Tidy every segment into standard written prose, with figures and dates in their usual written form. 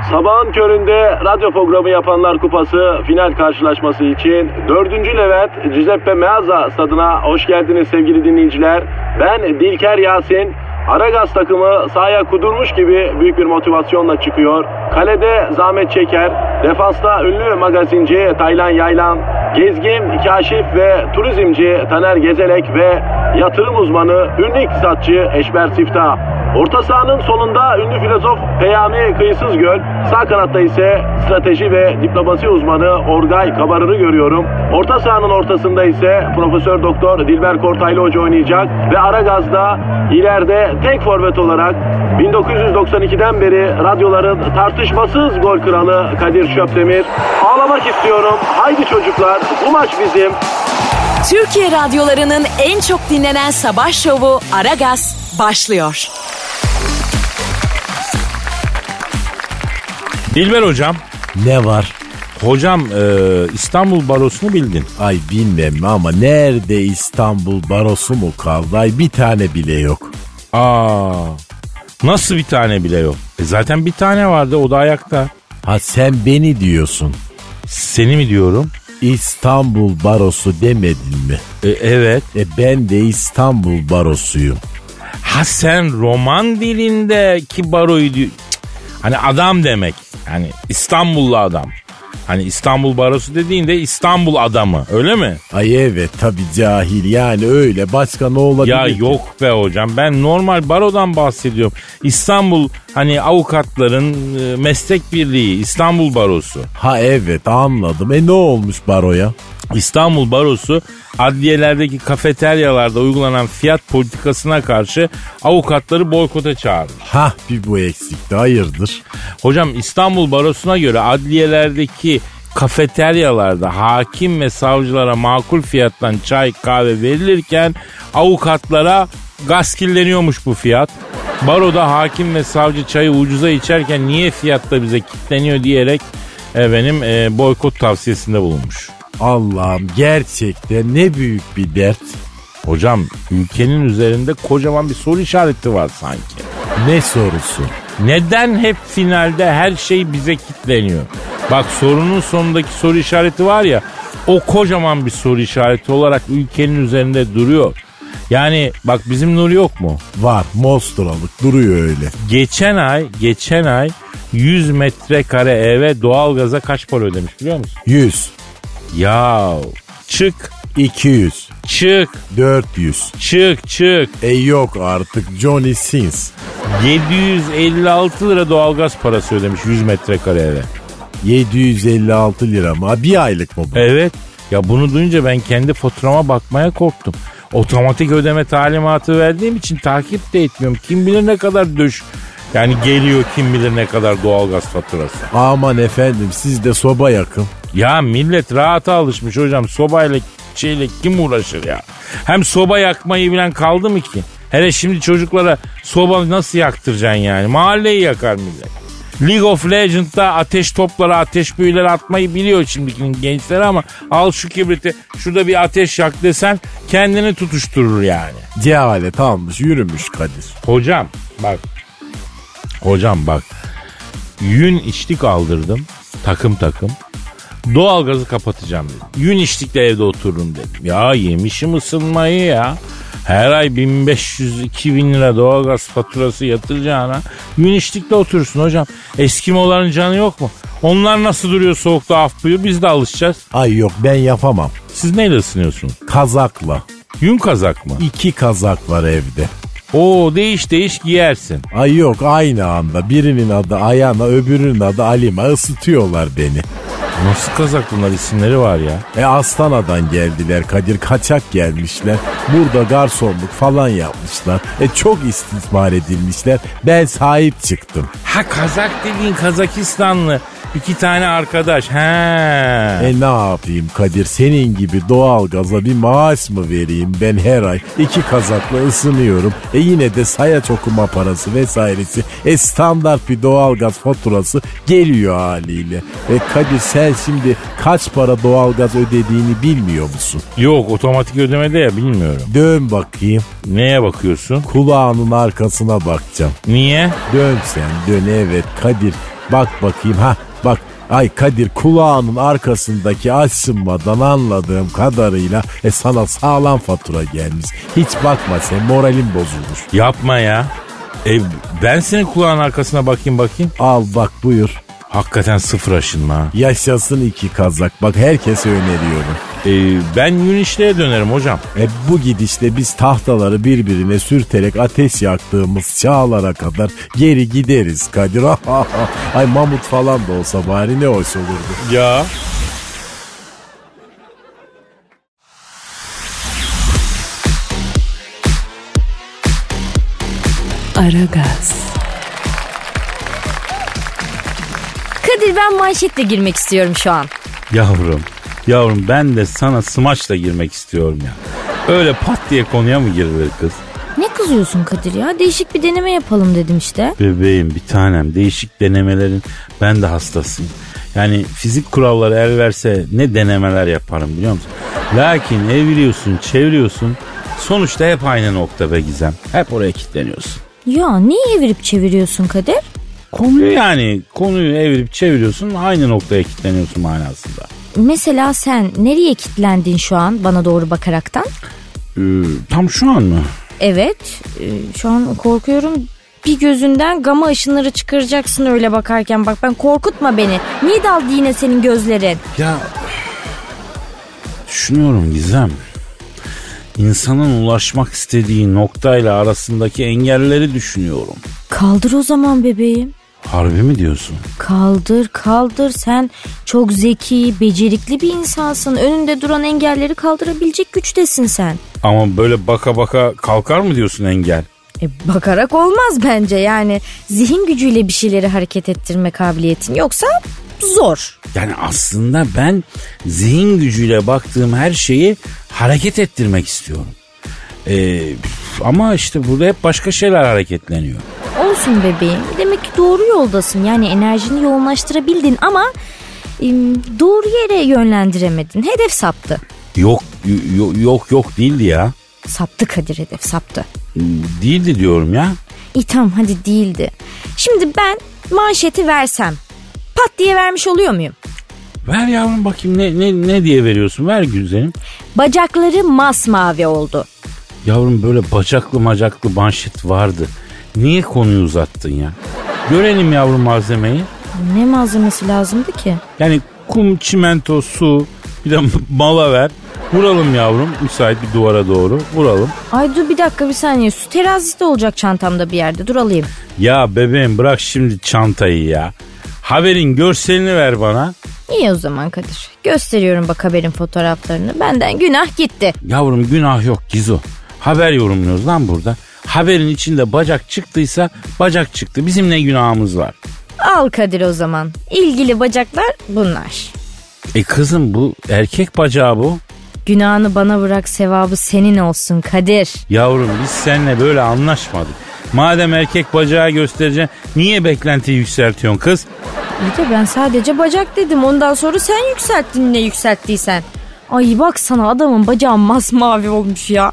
Sabahın köründe radyo programı yapanlar kupası final karşılaşması için 4. Levent Giuseppe Meazza stadına hoş geldiniz sevgili dinleyiciler. Ben Dilker Yasin. Aragaz takımı sahaya kudurmuş gibi büyük bir motivasyonla çıkıyor. Kalede Zahmet Çeker, defansta ünlü magazinci Taylan Yaylan, gezgin, kaşif ve turizmci Taner Gezelek ve yatırım uzmanı, ünlü iktisatçı Eşber Siftah. Orta sahanın solunda ünlü filozof Peyami Kıyısızgöl, sağ kanatta ise strateji ve diplomasi uzmanı Orgay Kabarır'ı görüyorum. Orta sahanın ortasında ise Profesör Doktor Dilber Kortaylı Hoca oynayacak ve Aragaz'da ileride tek forvet olarak 1992'den beri radyoların tartışmasız gol kralı Kadir Şöpdemir. Ağlamak istiyorum. Haydi çocuklar, bu maç bizim. Türkiye radyolarının en çok dinlenen sabah şovu Aragaz başlıyor. Dilber hocam. Ne var? Hocam İstanbul Barosu'nu bildin. Ay bilmem ama nerede İstanbul Barosu mu kaldı? Ay bir tane bile yok. Nasıl bir tane bile yok? Zaten bir tane vardı, o da ayakta. Ha sen beni diyorsun. Seni mi diyorum? İstanbul Barosu demedin mi? Evet. Ben de İstanbul Barosuyum. Ha sen roman dilindeki baroyu diyor. Hani adam demek. Hani İstanbullu adam. Hani İstanbul Barosu dediğinde İstanbul adamı, öyle mi? Ay evet tabii cahil, yani öyle, başka ne olabilir ya ki? Yok be hocam, ben normal barodan bahsediyorum. İstanbul hani avukatların meslek birliği, İstanbul Barosu. Ha evet anladım. Ne olmuş baroya? İstanbul Barosu adliyelerdeki kafeteryalarda uygulanan fiyat politikasına karşı avukatları boykota çağırmış. Hah, bir bu eksikti, hayırdır? Hocam İstanbul Barosu'na göre adliyelerdeki kafeteryalarda hakim ve savcılara makul fiyattan çay kahve verilirken avukatlara gaskilleniyormuş bu fiyat. Baroda hakim ve savcı çayı ucuza içerken niye fiyatta bize kilitleniyor diyerek benim boykot tavsiyesinde bulunmuş. Allah'ım, gerçekten ne büyük bir dert. Hocam ülkenin üzerinde kocaman bir soru işareti var sanki. Ne sorusu? Neden hep finalde her şey bize kilitleniyor? Bak, sorunun sonundaki soru işareti var ya, o kocaman bir soru işareti olarak ülkenin üzerinde duruyor. Yani bak, bizim Nuri yok mu? Var, monstralık duruyor öyle. Geçen ay 100 metrekare eve doğalgaza kaç para ödemiş biliyor musun? 100. Ya çık. 200. Çık. 400. Çık. Yok artık, Johnny Sins. 756 lira doğalgaz parası ödemiş 100 metrekare eve. 756 lira mı? Bir aylık mı bu? Evet. Ya bunu duyunca ben kendi faturama bakmaya korktum. Otomatik ödeme talimatı verdiğim için takip de etmiyorum. Kim bilir ne kadar yani geliyor, kim bilir ne kadar doğalgaz faturası. Aman efendim, sizde soba yakın. Ya millet rahata alışmış hocam. Sobayla kim uğraşır ya? Hem soba yakmayı bilen kaldı mı ki? Hele şimdi çocuklara soba nasıl yaktıracaksın yani? Mahalleyi yakar millet. League of Legends'da ateş topları, ateş büyüleri atmayı biliyor şimdikinin gençleri ama al şu kibriti, şurada bir ateş yak desen kendini tutuşturur yani. Cehalet almış, yürümüş Kadir. Hocam bak. Yün içlik aldırdım. Takım. Doğalgazı kapatacağım dedim. Yün içlikle evde otururum dedim. Ya yemişim ısınmayı ya. Her ay 1500-2000 lira doğalgaz faturası yatıracağına yün içlikle oturursun hocam. Eskimoların canı yok mu? Onlar nasıl duruyor soğukta, af buyur, biz de alışacağız. Ay yok, ben yapamam. Siz neyle ısınıyorsunuz? Kazakla. Yün kazak mı? 2 kazak var evde. Oo, değiş giyersin. Ay yok, aynı anda birinin adı Ayana, öbürünün adı Alima, ısıtıyorlar beni. Nasıl kazak bunlar, isimleri var ya. Astana'dan geldiler Kadir, kaçak gelmişler. Burada garsonluk falan yapmışlar. Çok istismar edilmişler. Ben sahip çıktım. Ha, kazak dediğin Kazakistanlı 2 tane arkadaş. Ne yapayım Kadir, senin gibi doğalgaza bir maaş mı vereyim ben her ay? 2 kazakla ısınıyorum. Yine de sayaç okuma parası vesairesi. Standart bir doğalgaz faturası geliyor haliyle. Kadir, sen şimdi kaç para doğalgaz ödediğini bilmiyor musun? Yok, otomatik ödemede ya, bilmiyorum. Dön bakayım. Neye bakıyorsun? Kulağının arkasına bakacağım. Niye? Dön sen, dön, evet Kadir. Bak bakayım bak. Ay Kadir, kulağının arkasındaki açsınmadan anladığım kadarıyla sana sağlam fatura gelmiş. Hiç bakma, sen moralin bozulmuş. Yapma ya. Ben senin kulağın arkasına bakayım. Al bak, buyur. Hakikaten sıfır aşınma. Yaşasın iki kazak. Bak, herkese öneriyorum. Ben yün işliğe dönerim hocam. Bu gidişle biz tahtaları birbirine sürterek ateş yaktığımız çağlara kadar geri gideriz Kadir. Ay mamut falan da olsa bari ne hoş olurdu. Ya. Aragaz. Kadir, ben manşetle girmek istiyorum şu an. Yavrum ben de sana smaçla girmek istiyorum ya. Öyle pat diye konuya mı girilir kız? Ne kızıyorsun Kadir ya? Değişik bir deneme yapalım dedim işte. Bebeğim, bir tanem, değişik denemelerin ben de hastasıyım. Yani fizik kuralları el verse ne denemeler yaparım biliyor musun? Lakin eviriyorsun, çeviriyorsun, sonuçta hep aynı nokta be Gizem. Hep oraya kilitleniyorsun. Ya niye evirip çeviriyorsun Kadir? Konuyu evirip çeviriyorsun, aynı noktaya kilitleniyorsun manasında. Mesela sen nereye kilitlendin şu an bana doğru bakaraktan? Tam şu an mı? Evet, şu an korkuyorum. Bir gözünden gama ışınları çıkaracaksın öyle bakarken. Bak, ben korkutma beni. Niye daldı yine senin gözlerin? Ya düşünüyorum Gizem. İnsanın ulaşmak istediği noktayla arasındaki engelleri düşünüyorum. Kaldır o zaman bebeğim. Harbi mi diyorsun? Kaldır. Sen çok zeki, becerikli bir insansın. Önünde duran engelleri kaldırabilecek güçtesin sen. Ama böyle baka baka kalkar mı diyorsun engel? Bakarak olmaz bence. Yani zihin gücüyle bir şeyleri hareket ettirme kabiliyetin yoksa zor. Yani aslında ben zihin gücüyle baktığım her şeyi hareket ettirmek istiyorum. Ama işte burada hep başka şeyler hareketleniyor. Olsun bebeğim. Demek ki doğru yoldasın. Yani enerjini yoğunlaştırabildin ama doğru yere yönlendiremedin. Hedef saptı. Yok değildi ya. Saptı Kadir, hedef saptı. Değildi diyorum ya. İyi tamam, hadi değildi. Şimdi ben manşeti versem pat diye vermiş oluyor muyum? Ver yavrum bakayım, ne diye veriyorsun, ver güzelim. Bacakları masmavi oldu. Yavrum böyle bacaklı manşet vardı. Niye konuyu uzattın ya? Görelim yavrum malzemeyi. Ne malzemesi lazımdı ki? Yani kum, çimento, su, bir de mala ver. Vuralım yavrum, müsait bir duvara doğru vuralım. Ay dur bir dakika, bir saniye, su terazisi de olacak çantamda bir yerde, dur alayım. Ya bebeğim bırak şimdi çantayı ya. Haberin görselini ver bana. İyi o zaman Kadir. Gösteriyorum bak haberin fotoğraflarını. Benden günah gitti. Yavrum günah yok Gizo. Haber yorumluyoruz lan burada. Haberin içinde bacak çıktıysa bacak çıktı. Bizim ne günahımız var? Al Kadir o zaman. İlgili bacaklar bunlar. Kızım bu erkek bacağı bu. Günahını bana bırak, sevabı senin olsun Kadir. Yavrum biz seninle böyle anlaşmadık. Madem erkek bacağı göstereceksin, niye beklentiyi yükseltiyorsun kız? İyi de ben sadece bacak dedim. Ondan sonra sen yükselttin ne yükselttiysen. Ay bak sana, adamın bacağı masmavi olmuş ya.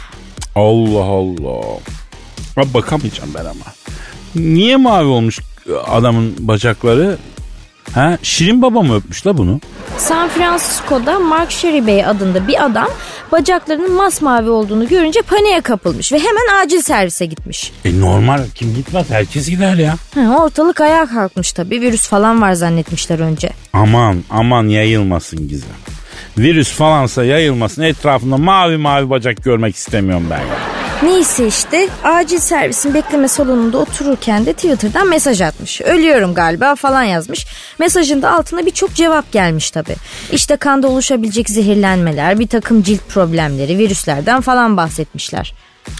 Allah Allah. Abi bakamayacağım ben ama. Niye mavi olmuş adamın bacakları? Ha, Şirin Baba mı öpmüş la bunu? San Francisco'da Mark Sherry Bey adında bir adam bacaklarının masmavi olduğunu görünce paniğe kapılmış ve hemen acil servise gitmiş. Normal, kim gitmez, herkes gider ya. Ortalık ayağa kalkmış tabii, virüs falan var zannetmişler önce. Aman yayılmasın Gizem. Virüs falansa yayılmasın, etrafında mavi bacak görmek istemiyorum ben ya. Neyse işte acil servisin bekleme salonunda otururken de Twitter'dan mesaj atmış. Ölüyorum galiba falan yazmış. Mesajın da altına birçok cevap gelmiş tabii. İşte kanda oluşabilecek zehirlenmeler, bir takım cilt problemleri, virüslerden falan bahsetmişler.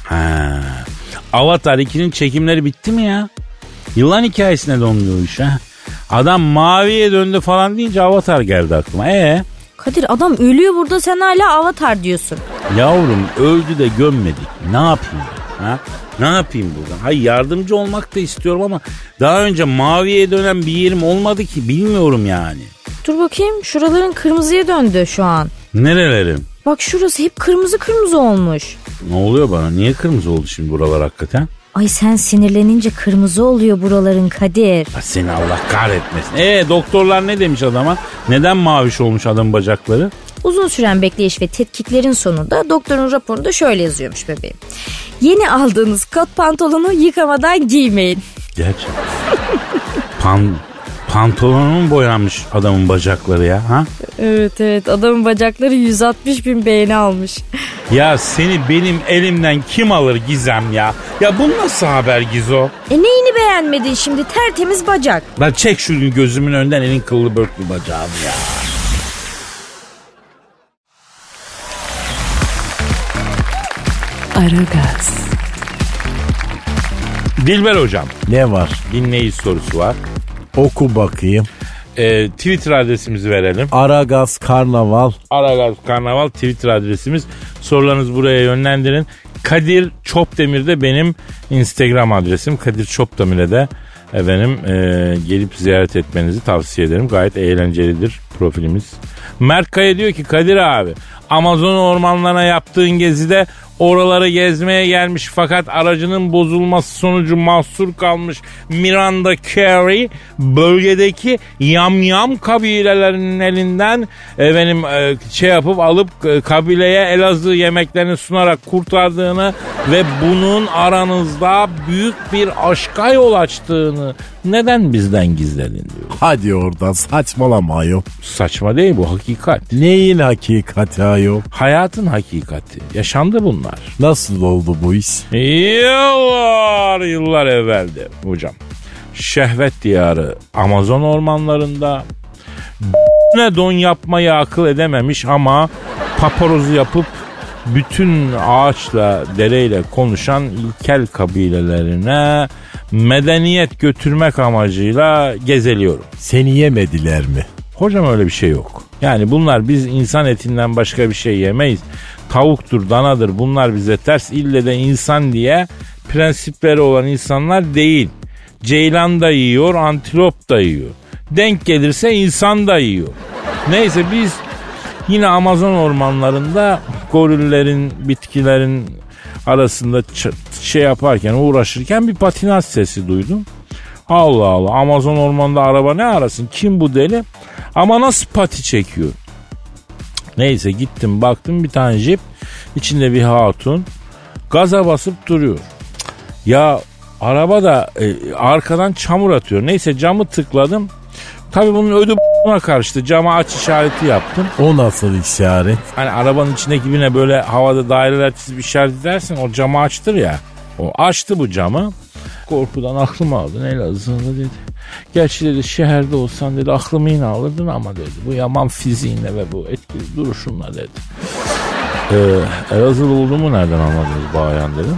Avatar 2'nin çekimleri bitti mi ya? Yılan hikayesine döndü o iş ha. Adam maviye döndü falan deyince Avatar geldi aklıma. Kadir adam ölüyor burada, sen hala Avatar diyorsun. Yavrum öldü de gömmedik. Ne yapayım ben? Ha? Ne yapayım buradan? Hayır, yardımcı olmak da istiyorum ama daha önce maviye dönen bir yerim olmadı ki, bilmiyorum yani. Dur bakayım, şuraların kırmızıya döndü şu an. Nerelerim? Bak şurası hep kırmızı olmuş. Ne oluyor bana? Niye kırmızı oldu şimdi buralar hakikaten? Ay sen sinirlenince kırmızı oluyor buraların Kadir. Seni Allah kahretmesin. Doktorlar ne demiş adama? Neden maviş olmuş adamın bacakları? Uzun süren bekleyiş ve tetkiklerin sonunda doktorun raporunda şöyle yazıyormuş bebeğim. Yeni aldığınız kot pantolonu yıkamadan giymeyin. Gerçekten. Pantolonu mu boyanmış adamın bacakları ya? Ha? Evet adamın bacakları 160 bin beğeni almış. Ya seni benim elimden kim alır Gizem ya? Ya bu nasıl haber Gizo? Neyini beğenmedin şimdi, tertemiz bacak. Lan çek şu gözümün önünden elin kıllı börtlü bacağım ya. Aragaz. Dilber hocam, Ne var? dinleyici sorusu var. Oku bakayım. Twitter adresimizi verelim. Aragaz Karnaval. Aragaz Karnaval Twitter adresimiz. Sorularınızı buraya yönlendirin. Kadir Çopdemir de benim Instagram adresim. Kadir Çopdemir'e de gelip ziyaret etmenizi tavsiye ederim. Gayet eğlencelidir profilimiz. Mert Kaya diyor ki Kadir abi, Amazon ormanlarına yaptığın gezide oraları gezmeye gelmiş fakat aracının bozulması sonucu mahsur kalmış Miranda Carey bölgedeki yamyam kabilelerinin elinden alıp kabileye Elazığ yemeklerini sunarak kurtardığını ve bunun aranızda büyük bir aşka yol açtığını neden bizden gizledin diyor. Hadi oradan, saçmalama ayol. Saçma değil, bu hakikat. Neyin hakikati ayol? Hayatın hakikati. Yaşandı bunlar. Nasıl oldu bu iş? Yıllar evveldi hocam. Şehvet diyarı Amazon ormanlarında ne don yapmayı akıl edememiş ama paparozu yapıp bütün ağaçla dereyle konuşan ilkel kabilelerine medeniyet götürmek amacıyla gezeliyorum. Seni yemediler mi? Hocam öyle bir şey yok. Yani bunlar, biz insan etinden başka bir şey yemeyiz. Tavuktur, danadır, bunlar bize ters, ille de insan diye prensipleri olan insanlar değil. Ceylan da yiyor, antilop da yiyor. Denk gelirse insan da yiyor. Neyse biz yine Amazon ormanlarında gorillerin, bitkilerin arasında uğraşırken bir patinaj sesi duydum. Allah Allah, Amazon ormanında araba ne arasın? Kim bu deli? Ama nasıl pati çekiyor? Neyse gittim baktım, bir tane jip, içinde bir hatun gaza basıp duruyor. Ya araba da arkadan çamur atıyor. Neyse camı tıkladım. Tabii bunun ödü b***na karıştı. Cama aç işareti yaptım. O nasıl işaret? Hani arabanın içindeki birine böyle havada daireler çizip işaret edersin, o camı açtır ya. O açtı bu camı. Korkudan aklımı aldın Elazığ'da dedi. Gerçi dedi şehirde olsan dedi aklımı yine alırdın ama dedi bu yaman fiziğinle ve bu etkili duruşunla dedi. Elazığ'da olduğumu nereden anladınız bayan dedim.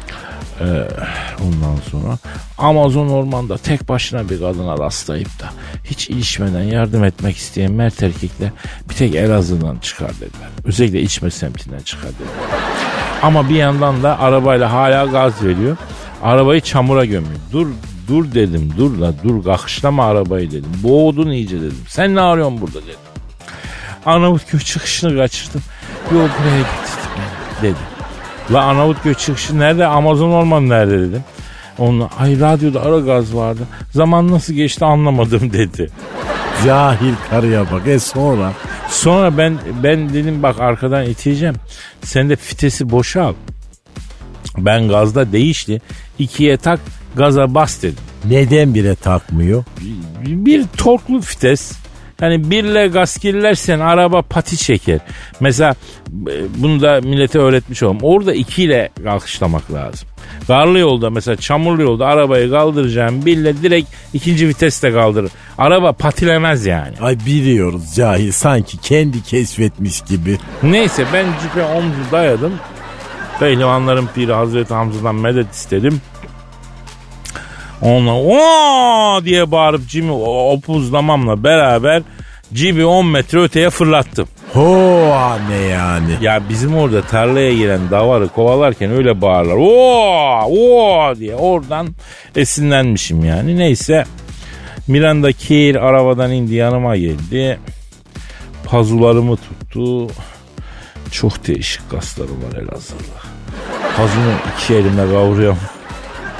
Ondan sonra Amazon ormanda tek başına bir kadına rastlayıp da hiç ilişmeden yardım etmek isteyen mert erkekler bir tek Elazığ'dan çıkar dediler. Özellikle İçme semtinden çıkar dediler. Ama bir yandan da arabayla hala gaz veriyor. Arabayı çamura gömüyor. Dur dedim, dur kakışlama arabayı dedim. Boğdun iyice dedim. Sen ne arıyorsun burada dedim. Arnavutköy çıkışını kaçırdım. Yol buraya getirdim dedi. La Arnavutköy çıkışı nerede? Amazon ormanı nerede dedim. Onunla ay radyoda Aragaz vardı. Zaman nasıl geçti anlamadım dedi. Cahil karıya bak. Sonra? Sonra ben dedim bak arkadan iteceğim. Sen de fitesi boşal. Ben gazda değişti. 2'ye tak, gaza bas dedim. Neden 1'e takmıyor? Bir torklu fites. Hani 1'le gaz kirlersen araba pati çeker. Mesela bunu da millete öğretmiş olalım. Orada 2 ile alkışlamak lazım. Karlı yolda mesela çamurlu yolda arabayı kaldıracağım 1'le direkt 2. viteste kaldırır. Araba patilemez yani. Ay biliyoruz cahil, sanki kendi keşfetmiş gibi. Neyse ben cipe omzu dayadım. Pehlivanların piri Hazreti Hamza'dan medet istedim. Onunla ooo diye bağırıp cimi opuzlamamla beraber cibi 10 metre öteye fırlattım. Ne yani? Ya bizim orada tarlaya giren davarı kovalarken öyle bağırlar. Oo diye oradan esinlenmişim yani. Neyse Miranda Keir arabadan indi, yanıma geldi. Pazularımı tuttu. Çok değişik kasları var Elazığ'da. Pazunu 2 elimle kavuruyorum.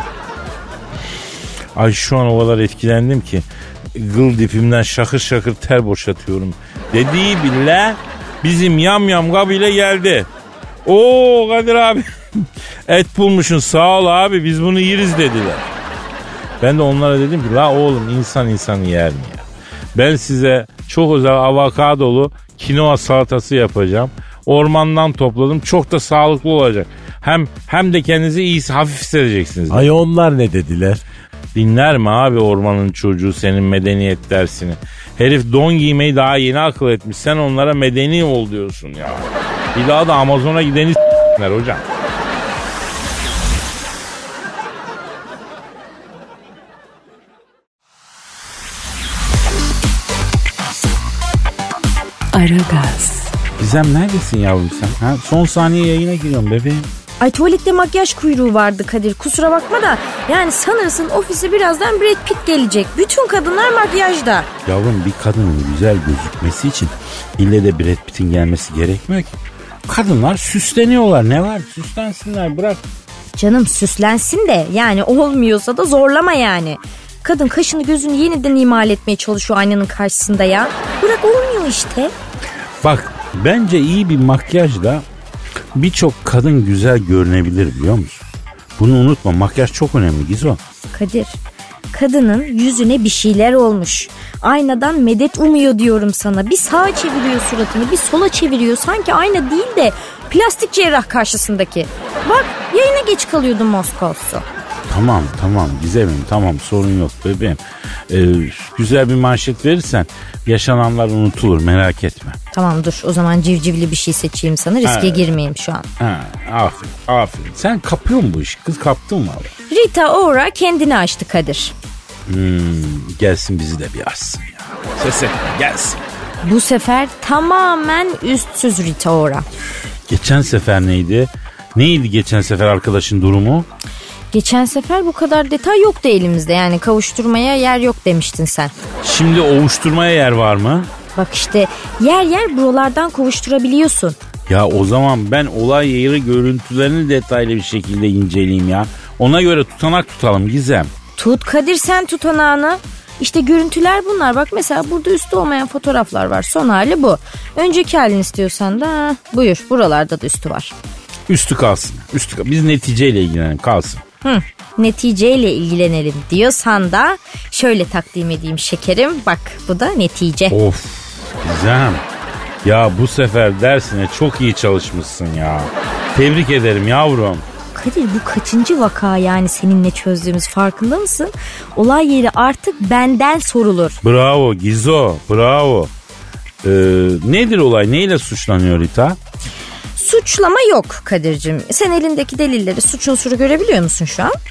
Ay şu an o kadar etkilendim ki gıl dipimden şakır şakır ter boşatıyorum. Dediği bile bizim yamyam kabile geldi. Oo Kadir abi et bulmuşsun sağ ol abi biz bunu yeriz dediler. Ben de onlara dedim ki la oğlum insan insanı yer mi ya? Ben size çok özel avokadolu kinoa salatası yapacağım. Ormandan topladım çok da sağlıklı olacak. Hem de kendinizi iyi hafif hissedeceksiniz. Ay onlar ne dediler? Dinler mi abi ormanın çocuğu senin medeniyet dersini? Herif don giymeyi daha yeni akıl etmiş. Sen onlara medeni ol diyorsun ya. Bir daha da Amazon'a gideni s**ler hocam. Aragaz. Gizem neredesin yavrum sen? Ha? Son saniye yayına giriyorum bebeğim. Ay tuvalette makyaj kuyruğu vardı Kadir. Kusura bakma da yani sanırsın ofise birazdan Brad Pitt gelecek. Bütün kadınlar makyajda. Yavrum bir kadının güzel gözükmesi için ille de Brad Pitt'in gelmesi gerekmiyor ki. Kadınlar süsleniyorlar. Ne var? Süslensinler bırak. Canım süslensin de yani olmuyorsa da zorlama yani. Kadın kaşını gözünü yeniden imal etmeye çalışıyor aynanın karşısında ya. Bırak olmuyor işte. Bak bence iyi bir makyajla birçok kadın güzel görünebilir biliyor musun? Bunu unutma makyaj çok önemli Gizo. Kadir, kadının yüzüne bir şeyler olmuş. Aynadan medet umuyor diyorum sana. Bir sağa çeviriyor suratını, bir sola çeviriyor. Sanki ayna değil de plastik cerrah karşısındaki. Bak yayına geç kalıyordum Moskovsu. Tamam Gizem'im tamam sorun yok bebeğim. Güzel bir manşet verirsen yaşananlar unutulur merak etme. Tamam dur o zaman civcivli bir şey seçeyim sana riske girmeyeyim şu an. Aferin. Sen kapıyor musun bu işi? Kız kaptın mı abi? Rita Ora kendini açtı Kadir. Gelsin bizi de bir açsın ya. Ses etme gelsin. Bu sefer tamamen üstsüz Rita Ora. Geçen sefer neydi? Neydi geçen sefer arkadaşın durumu? Geçen sefer bu kadar detay yoktu elimizde. Yani kavuşturmaya yer yok demiştin sen. Şimdi ovuşturmaya yer var mı? Bak işte yer buralardan kavuşturabiliyorsun. Ya o zaman ben olay yeri görüntülerini detaylı bir şekilde inceleyeyim ya. Ona göre tutanak tutalım Gizem. Tut Kadir sen tutanağını. İşte görüntüler bunlar. Bak mesela burada üstü olmayan fotoğraflar var. Son hali bu. Önceki halini istiyorsan da buyur. Buralarda da üstü var. Üstü kalsın. Biz neticeyle ilgilenelim kalsın. Neticeyle ilgilenelim diyorsan da şöyle takdim edeyim şekerim. Bak bu da netice. Of Gizem. Ya bu sefer dersine çok iyi çalışmışsın ya. Tebrik ederim yavrum. Kadir bu kaçıncı vaka yani seninle çözdüğümüz farkında mısın? Olay yeri artık benden sorulur. Bravo Gizo bravo. Nedir olay neyle suçlanıyor Rita? Suçlama yok Kadir'cim. Sen elindeki delilleri suç unsuru görebiliyor musun şu an?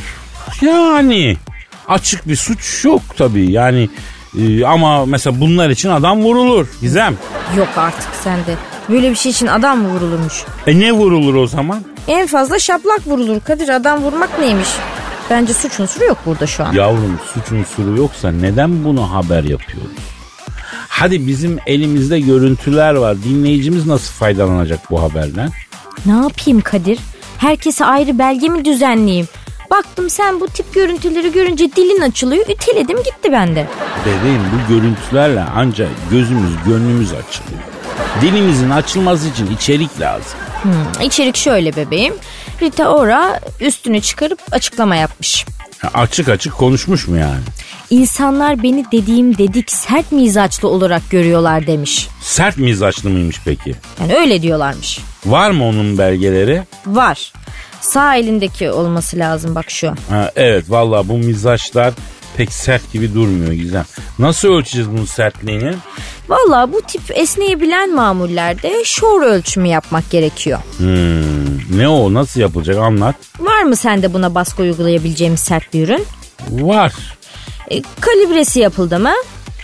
Yani açık bir suç yok tabii yani ama mesela bunlar için adam vurulur Gizem. Yok artık sende. Böyle bir şey için adam mı vurulurmuş? Ne vurulur o zaman? En fazla şaplak vurulur Kadir. Adam vurmak neymiş? Bence suç unsuru yok burada şu an. Yavrum suç unsuru yoksa neden bunu haber yapıyoruz? Hadi bizim elimizde görüntüler var. Dinleyicimiz nasıl faydalanacak bu haberden? Ne yapayım Kadir? Herkese ayrı belge mi düzenleyeyim? Baktım sen bu tip görüntüleri görünce dilin açılıyor. Üteledim gitti bende. Bebeğim bu görüntülerle ancak gözümüz gönlümüz açılıyor. Dilimizin açılması için içerik lazım. İçerik şöyle bebeğim. Rita Ora üstünü çıkarıp açıklama yapmış. Açık açık konuşmuş mu yani? İnsanlar beni dediğim dedik sert mizaçlı olarak görüyorlar demiş. Sert mizaçlı mıymış peki? Yani öyle diyorlarmış. Var mı onun belgeleri? Var. Sağ elindeki olması lazım bak şu. Evet vallahi bu mizaçlar pek sert gibi durmuyor Gizem. Nasıl ölçeceğiz bunun sertliğini? Vallahi bu tip esneyebilen mamullerde şor ölçümü yapmak gerekiyor. Ne o nasıl yapılacak anlat. Var mı sende buna baskı uygulayabileceğimiz sert bir ürün? Var. Kalibresi yapıldı mı?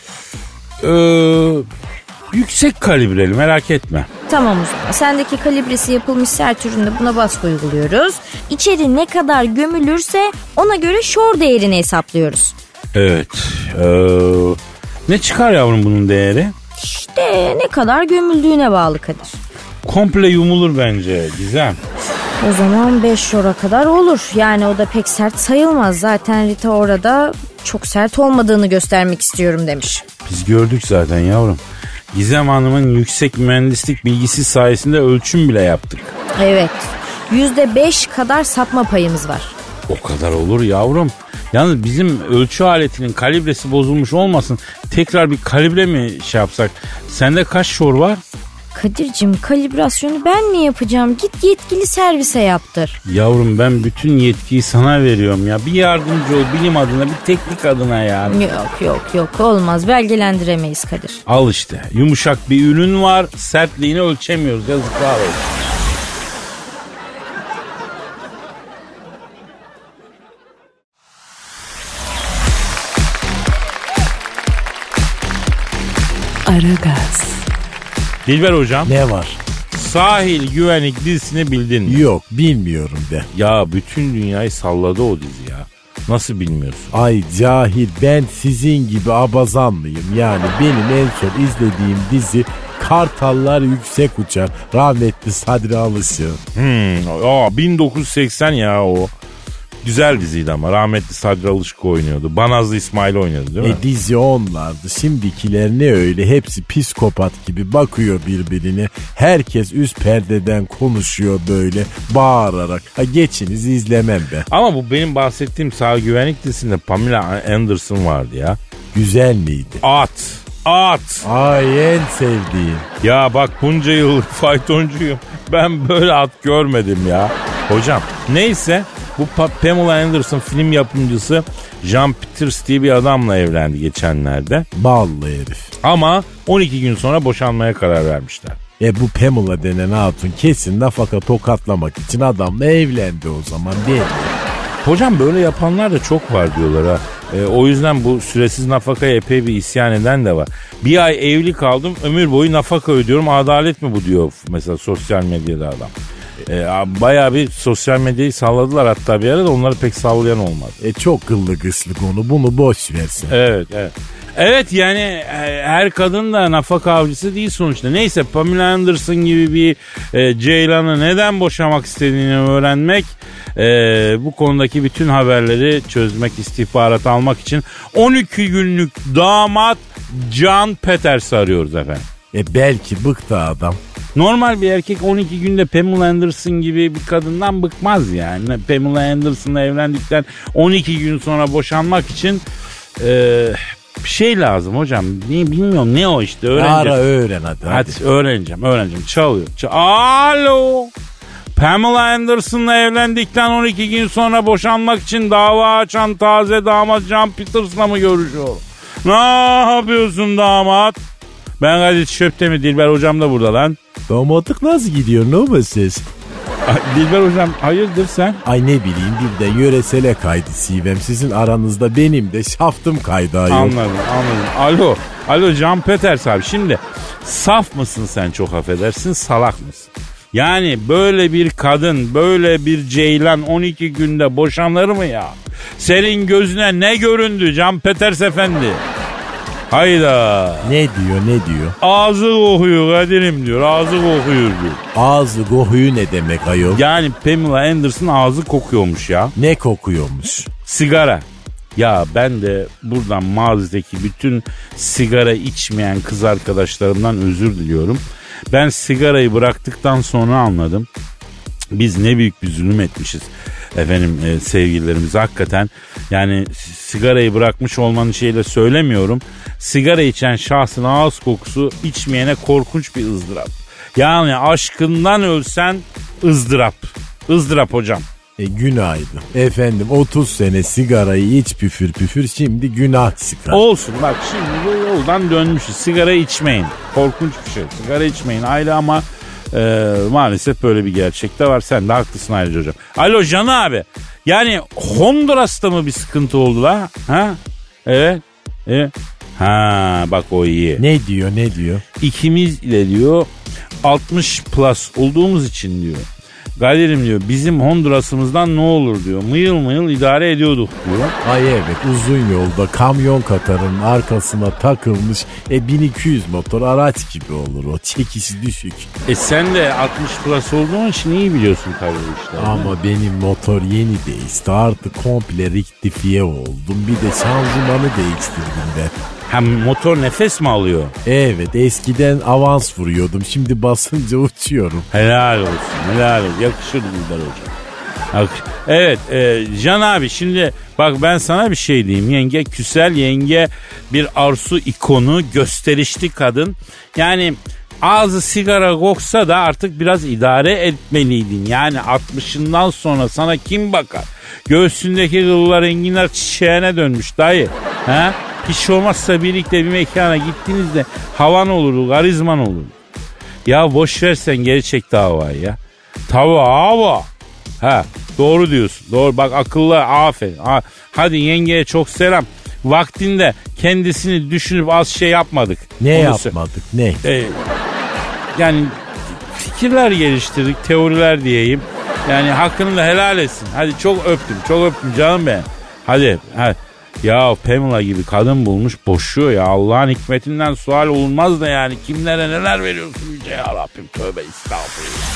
Yüksek kalibreli merak etme. Tamam o zaman. Sendeki kalibresi yapılmış sert üründe buna baskı uyguluyoruz. İçeri ne kadar gömülürse ona göre şor değerini hesaplıyoruz. Evet. Ne çıkar yavrum bunun değeri? İşte ne kadar gömüldüğüne bağlı Kadir. Komple yumulur bence Gizem. O zaman 5 lira kadar olur. Yani o da pek sert sayılmaz. Zaten Rita orada çok sert olmadığını göstermek istiyorum demiş. Biz gördük zaten yavrum. Gizem Hanım'ın yüksek mühendislik bilgisi sayesinde ölçüm bile yaptık. Evet. %5 kadar sapma payımız var. O kadar olur yavrum. Yalnız bizim ölçü aletinin kalibresi bozulmuş olmasın. Tekrar bir kalibre mi yapsak? Sende kaç şor var? Kadir'cim kalibrasyonu ben mi yapacağım? Git yetkili servise yaptır. Yavrum ben bütün yetkiyi sana veriyorum ya. Bir yardımcı ol bilim adına, bir teknik adına yani. Yok olmaz, belgelendiremeyiz Kadir. Al işte yumuşak bir ürün var, sertliğini ölçemiyoruz, yazıklar olsun. Aragaz. Dilber hocam. Ne var? Sahil Güvenlik dizisini bildin mi? Yok bilmiyorum de. Ya bütün dünyayı salladı o dizi ya. Nasıl bilmiyorsun? Ay cahil, ben sizin gibi abazan mıyım? Yani benim en son izlediğim dizi Kartallar Yüksek Uçar. Rahmetli Sadri Alışık. 1980 ya o. Güzel diziydi ama rahmetli Sadri Alışık oynuyordu. Banazlı İsmail oynuyordu değil mi? Dizi onlardı. Şimdikiler ne öyle? Hepsi psikopat gibi bakıyor birbirine. Herkes üst perdeden konuşuyor böyle bağırarak. Geçiniz izlemem be. Ama bu benim bahsettiğim Sahil Güvenlik dizisinde Pamela Anderson vardı ya. Güzel miydi? At. Ay en sevdiğim. Ya bak bunca yıllık faytoncuyum. Ben böyle at görmedim ya. Hocam neyse bu Pamela Anderson film yapımcısı Jean Peters diye bir adamla evlendi geçenlerde. Ballı herif. Ama 12 gün sonra boşanmaya karar vermişler. Bu Pamela denen hatun kesin nafaka tokatlamak için adamla evlendi o zaman değil mi? Hocam böyle yapanlar da çok var diyorlar ha. O yüzden bu süresiz nafakaya epey bir isyan eden de var. Bir ay evli kaldım, ömür boyu nafaka ödüyorum, adalet mi bu diyor mesela sosyal medyada adam. Bayağı bir sosyal medyayı salladılar hatta bir ara da onları pek sallayan olmadı. Çok kıllı kıslı konu, bunu boş versin. Evet. Evet yani her kadın da nafaka avcısı değil sonuçta. Neyse Pamela Anderson gibi bir Ceylan'ı neden boşamak istediğini öğrenmek, bu konudaki bütün haberleri çözmek, istihbarat almak için 12 günlük damat Can Peters'i arıyoruz efendim. Belki bıktı adam. Normal bir erkek 12 günde Pamela Anderson gibi bir kadından bıkmaz yani. Pamela Anderson'la evlendikten 12 gün sonra boşanmak için bir şey lazım hocam. Bilmiyorum ne o işte öğreneceğim. Ara öğren hadi. Hadi öğreneceğim. Çalıyor. Alo. Pamela Anderson'la evlendikten 12 gün sonra boşanmak için dava açan taze damat Jean Peters'la mı görüşüyor? Ne yapıyorsun damat? Ben Kadir Çöptemir, Dilber hocam da burada lan. Damatlık nasıl gidiyor, ne mu siz? Dilber hocam hayırdır sen? Ay ne bileyim, birden yöresele kaydı Sivem. Sizin aranızda benim de şaftım kaydı ayol. Anladım. Alo Jean Peters abi, şimdi saf mısın sen, çok affedersin, salak mısın? Yani böyle bir kadın, böyle bir ceylan 12 günde boşanır mı ya? Senin gözüne ne göründü Jean Peters efendi? Hayda. Ne diyor? Ağzı kokuyor Kadir'im diyor. Ağzı kokuyor diyor. Ağzı kokuyor ne demek ayol? Yani Pamela Anderson ağzı kokuyormuş ya. Ne kokuyormuş? Sigara. Ya ben de buradan mazideki bütün sigara içmeyen kız arkadaşlarımdan özür diliyorum. Ben sigarayı bıraktıktan sonra anladım. Biz ne büyük bir zulüm etmişiz efendim sevgililerimiz hakikaten. Yani sigarayı bırakmış olmanın şeyle söylemiyorum. Sigara içen şahsın ağız kokusu içmeyene korkunç bir ızdırap. Yani aşkından ölsen ızdırap. Izdırap hocam. Günaydın. Efendim 30 sene sigarayı iç püfür şimdi günah çıkar. Olsun bak, şimdi bu yoldan dönmüşüz. Sigara içmeyin. Korkunç bir şey. Sigara içmeyin ayrı ama maalesef böyle bir gerçek de var. Sen de haklısın ayrıca hocam. Alo Can abi. Yani Honduras'ta mı bir sıkıntı oldu la? Ha? Evet. Ha bak o iyi. Ne diyor? İkimiz ile diyor 60 plus olduğumuz için diyor Kadir'im diyor bizim Honduras'ımızdan ne olur diyor. Mıyıl mıyıl idare ediyorduk diyor. Ay evet, uzun yolda kamyon katarının arkasına takılmış 1200 motor araç gibi olur o, çekisi düşük. Sen de 60 plus olduğun için iyi biliyorsun tabii işte. Ama benim motor yeni değişti, artık komple rektifiye oldum, bir de şanzımanı değiştirdim ben. Hem motor nefes mi alıyor? Evet, eskiden avans vuruyordum, şimdi basınca uçuyorum. Helal olsun, helal olsun. Yakışır Dilber hocam. Evet, Can abi şimdi bak ben sana bir şey diyeyim. Yenge Küsel, yenge bir arzu ikonu, gösterişli kadın. Yani ağzı sigara koksa da artık biraz idare etmeliydin. Yani 60'ından sonra sana kim bakar? Göğsündeki kıllar enginar çiçeğine dönmüş dayı. Ha? Hiç olmazsa birlikte bir mekana gittiğinizde havan olurdu, karizman olurdu. Ya boş versen geri çek davayı ya. Tabii hava. Ha, doğru diyorsun. Doğru, bak akıllı, aferin. Hadi yengeye çok selam. Vaktinde kendisini düşünüp az şey yapmadık. Ne onu yapmadık ne? Yani fikirler geliştirdik, teoriler diyeyim. Yani hakkını da helal etsin. Hadi çok öptüm canım ben. Hadi. Ya Pamela gibi kadın bulmuş boşuyor ya. Allah'ın hikmetinden sual olunmaz da yani. Kimlere neler veriyorsun Yüce ya Rabbim. Tövbe estağfurullah.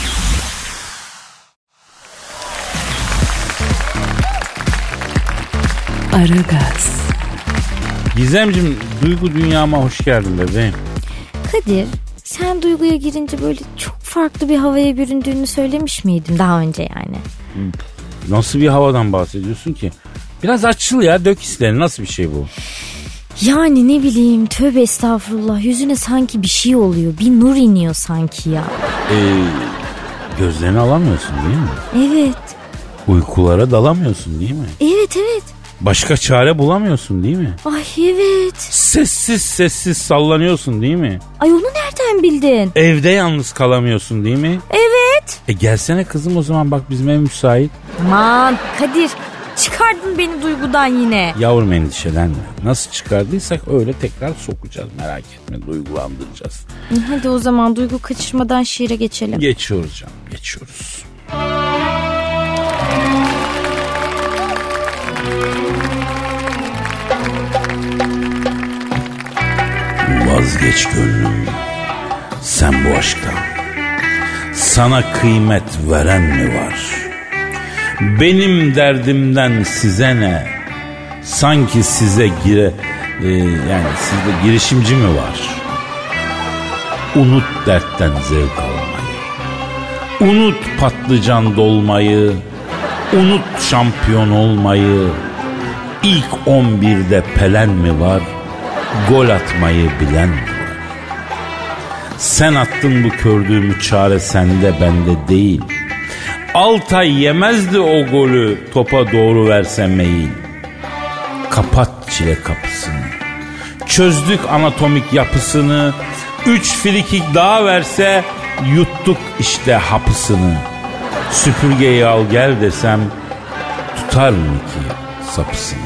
Aragaz. Gizemciğim, duygu dünyama hoş geldin bebeğim. Kadir, sen duyguya girince böyle çok farklı bir havaya büründüğünü söylemiş miydin daha önce yani? Nasıl bir havadan bahsediyorsun ki? Biraz açıl ya, dök hislerini, nasıl bir şey bu? Yani ne bileyim, tövbe estağfurullah, yüzüne sanki bir şey oluyor, bir nur iniyor sanki ya. Gözlerini alamıyorsun değil mi? Evet. Uykulara dalamıyorsun değil mi? Evet. Başka çare bulamıyorsun değil mi? Ay evet. Sessiz sallanıyorsun değil mi? Ay onu nereden bildin? Evde yalnız kalamıyorsun değil mi? Evet. Gelsene kızım o zaman, bak bizim ev müsait. Aman Kadir, çıkardın beni duygudan yine. Yavrum endişelenme. Nasıl çıkardıysak öyle tekrar sokacağız, merak etme, duygulandıracağız. Hadi o zaman duygu kaçırmadan şiire geçelim. Geçiyoruz canım, geçiyoruz. Vazgeç gönlüm sen bu aşktan. Sana kıymet veren mi var? Benim derdimden size ne? Sanki size yani sizde girişimci mi var? Unut dertten zevk almayı. Unut patlıcan dolmayı. Unut şampiyon olmayı. İlk 11'de Pelen mi var? Gol atmayı bilen mi var? Sen attın bu kördüğümü, çare sende bende değil. Altay yemezdi o golü, topa doğru verse meyil. Kapat çile kapısını. Çözdük anatomik yapısını. 3 frikik daha verse yuttuk işte hapısını. Süpürgeyi al gel desem tutar mı ki sapısını?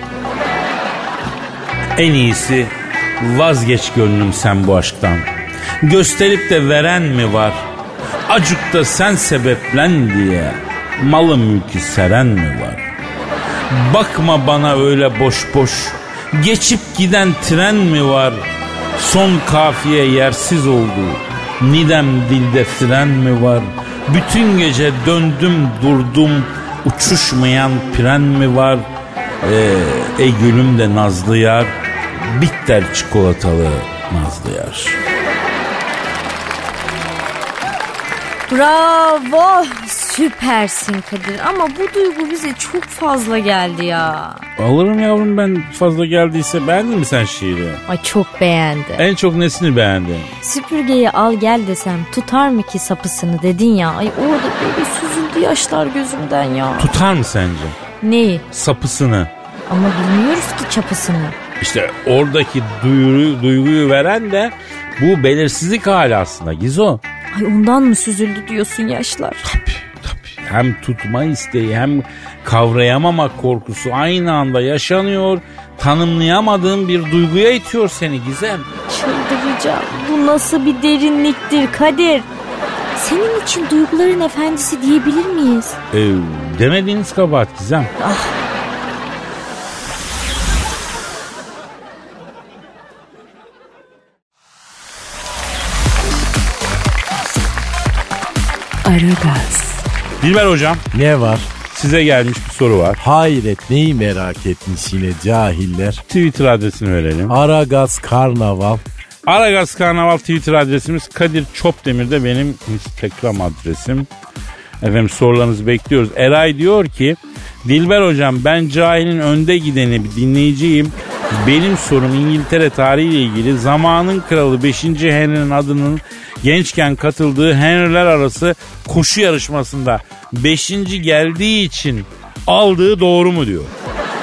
En iyisi vazgeç gönlüm sen bu aşktan. Gösterip de veren mi var? Acıkta sen sebeplen diye malı mülkü seren mi var? Bakma bana öyle boş boş, geçip giden tren mi var? Son kafiye yersiz oldu, nidem dilde fren mi var? Bütün gece döndüm durdum, uçuşmayan pren mi var? Ey gülüm de nazlı yar, bitter çikolatalı nazlı yar. Bravo, süpersin Kadir, ama bu duygu bize çok fazla geldi ya. Alırım yavrum, ben fazla geldiyse. Beğendin mi sen şiiri? Ay çok beğendim. En çok nesini beğendin? Süpürgeyi al gel desem tutar mı ki sapısını dedin ya. Ay orada böyle süzüldü yaşlar gözümden ya. Tutar mı sence? Neyi? Sapısını. Ama bilmiyoruz ki çapısını. İşte oradaki duyguyu veren de bu belirsizlik hali aslında Gizo. Ay ondan mı süzüldü diyorsun yaşlar? Tabii. Hem tutma isteği hem kavrayamamak korkusu aynı anda yaşanıyor. Tanımlayamadığın bir duyguya itiyor seni Gizem. Çıldıracağım. Bu nasıl bir derinliktir Kadir? senin için duyguların efendisi diyebilir miyiz? Demediğiniz kabahat Gizem. Aragaz. Dilber hocam, Ne var? size gelmiş bir soru var. Hayret, neyi merak etmiş yine cahiller? Twitter adresini verelim. Aragaz Karnaval. Aragaz Karnaval Twitter adresimiz. Kadir Çopdemir de benim Instagram adresim. Efendim sorularınızı bekliyoruz. Eray diyor ki, Dilber hocam ben cahilin önde gideni bir dinleyiciyim. Benim sorum İngiltere tarihiyle ilgili. Zamanın kralı 5. Henry'nin adının gençken katıldığı Henry'ler arası koşu yarışmasında 5. geldiği için aldığı doğru mu diyor.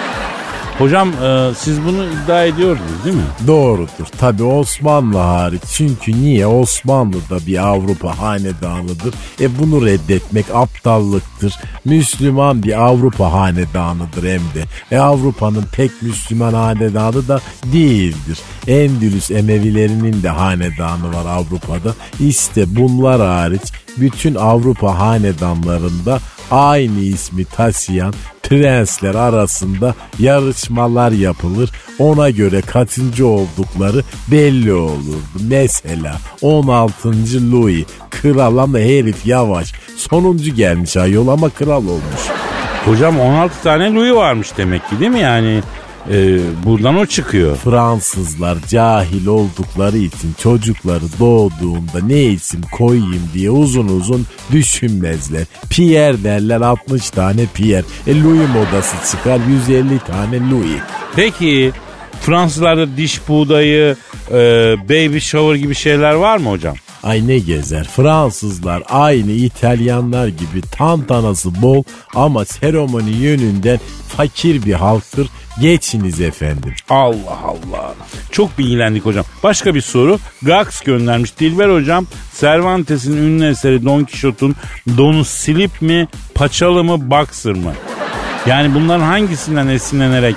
Hocam siz bunu iddia ediyordunuz değil mi? Doğrudur. Tabi Osmanlı hariç. Çünkü niye? Osmanlı da bir Avrupa hanedanıdır. Bunu reddetmek aptallıktır. Müslüman bir Avrupa hanedanıdır hem de. Avrupa'nın tek Müslüman hanedanı da değildir. Endülüs Emevilerinin de hanedanı var Avrupa'da. İşte bunlar hariç bütün Avrupa hanedanlarında aynı ismi taşıyan prensler arasında yarışmalar yapılır. Ona göre kaçıncı oldukları belli olurdu. Mesela 16. Louis kral ama herif yavaş. Sonuncu gelmiş ayol ama kral olmuş. Hocam 16 tane Louis varmış demek ki değil mi yani? Buradan o çıkıyor. Fransızlar cahil oldukları için çocukları doğduğunda ne isim koyayım diye uzun uzun düşünmezler. Pierre derler, 60 tane Pierre. Louis modası çıkar, 150 tane Louis. Peki Fransızlarda diş buğdayı, baby shower gibi şeyler var mı hocam? Ay ne gezer. Fransızlar aynı İtalyanlar gibi tantanası bol ama seremoni yönünden fakir bir halktır. Geçiniz efendim. Allah Allah. Çok bilgilendik hocam. Başka bir soru. Gax göndermiş. Dilber hocam, Cervantes'in ünlü eseri Don Quixote'un donu slip mi, paçalı mı, boxer mı? Yani bunların hangisinden esinlenerek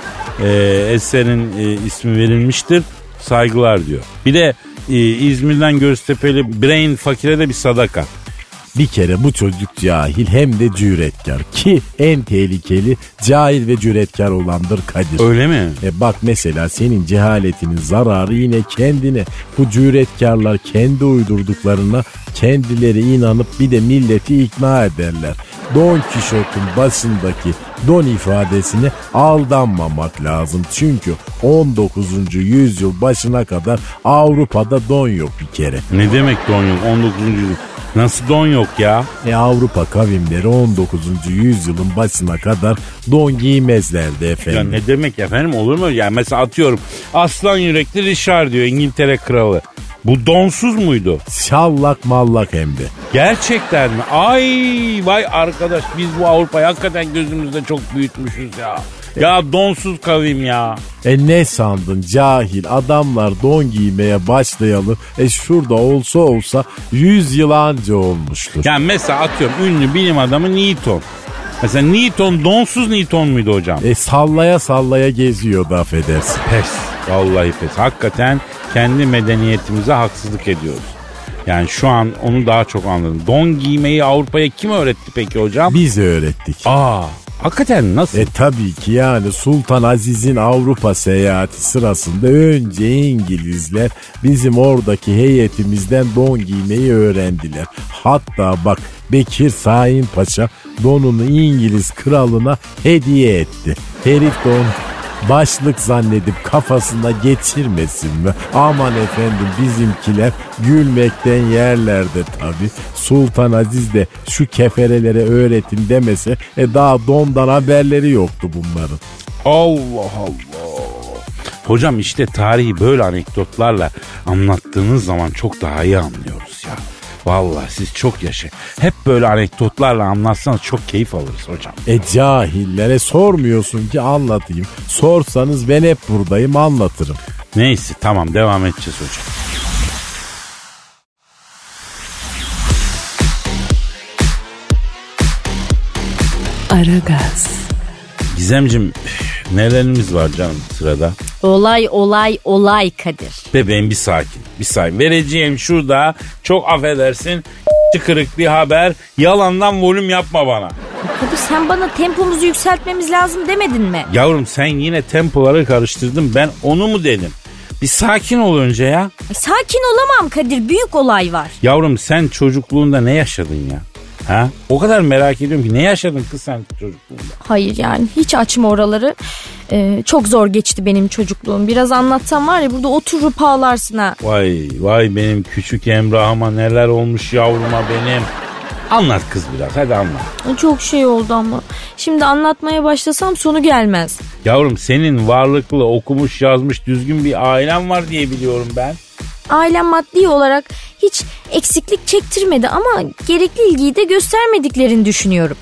eserin ismi verilmiştir? Saygılar diyor. Bir de İzmir'den Göztepe'li Brain Fakir'e de bir sadaka. Bir kere bu çocuk cahil hem de cüretkar ki en tehlikeli cahil ve cüretkar olandır Kadir. Öyle mi? Bak mesela senin cehaletinin zararı yine kendine. Bu cüretkarlar kendi uydurduklarına kendileri inanıp bir de milleti ikna ederler. Don Quixote'un başındaki don ifadesine aldanmamak lazım. Çünkü 19. yüzyıl başına kadar Avrupa'da don yok bir kere. Ne demek don yok? 19. yüzyıl. Nasıl don yok ya? Avrupa kavimleri 19. yüzyılın başına kadar don giymezlerdi efendim. Ya ne demek efendim, olur mu? Yani mesela atıyorum aslan yürekli Richard diyor, İngiltere kralı. Bu donsuz muydu? Şallak mallak hem de. Gerçekten mi? Ay vay arkadaş, biz bu Avrupa'yı hakikaten gözümüzde çok büyütmüşüz ya. Ya donsuz kavim ya. Ne sandın cahil, adamlar don giymeye başlayalı şurada olsa 100 yıl anca olmuştur. Yani mesela atıyorum ünlü bilim adamı Newton. Mesela Newton donsuz Newton muydu hocam? Sallaya sallaya geziyordu affedersin. Pes. Vallahi pes. Hakikaten kendi medeniyetimize haksızlık ediyoruz. Yani şu an onu daha çok anladım. Don giymeyi Avrupa'ya kim öğretti peki hocam? Biz öğrettik. Hakikaten nasıl? Tabii ki yani Sultan Aziz'in Avrupa seyahati sırasında önce İngilizler bizim oradaki heyetimizden don giymeyi öğrendiler. Hatta bak Bekir Sahin Paşa donunu İngiliz kralına hediye etti. Herif de onu başlık zannedip kafasına geçirmesin mi? Aman efendim bizimkiler gülmekten yerlerde tabii. Sultan Aziz de şu keferelere öğretin demese daha dondan haberleri yoktu bunların. Allah Allah. Hocam işte tarihi böyle anekdotlarla anlattığınız zaman çok daha iyi anlıyoruz ya. Vallahi siz çok yaşa. Hep böyle anekdotlarla anlatsanız çok keyif alırız hocam. Cahillere sormuyorsun ki anlatayım. Sorsanız ben hep buradayım, anlatırım. Neyse tamam, devam edeceğiz hocam. Aragaz. Gizemciğim, nelerimiz var canım sırada? Olay Kadir. Bebeğim bir sakin. Vereceğim şurada, çok affedersin, kırık bir haber. Yalandan volüm yapma bana. Kadir sen bana tempomuzu yükseltmemiz lazım demedin mi? Yavrum sen yine tempoları karıştırdın. Ben onu mu dedim? Bir sakin ol önce ya. Sakin olamam Kadir, büyük olay var. Yavrum sen çocukluğunda ne yaşadın ya? Ha? O kadar merak ediyorum ki ne yaşadın kız sen çocukluğunda? Hayır yani hiç açma oraları. Çok zor geçti benim çocukluğum. Biraz anlatsam var ya burada oturup ağlarsın ha. Vay benim küçük Emrah'ıma neler olmuş yavruma benim. Anlat kız biraz hadi anlat. Çok şey oldu ama. Şimdi anlatmaya başlasam sonu gelmez. Yavrum senin varlıklı, okumuş, yazmış, düzgün bir ailen var diye biliyorum ben. Ailem maddi olarak hiç eksiklik çektirmedi ama gerekli ilgiyi de göstermediklerini düşünüyorum.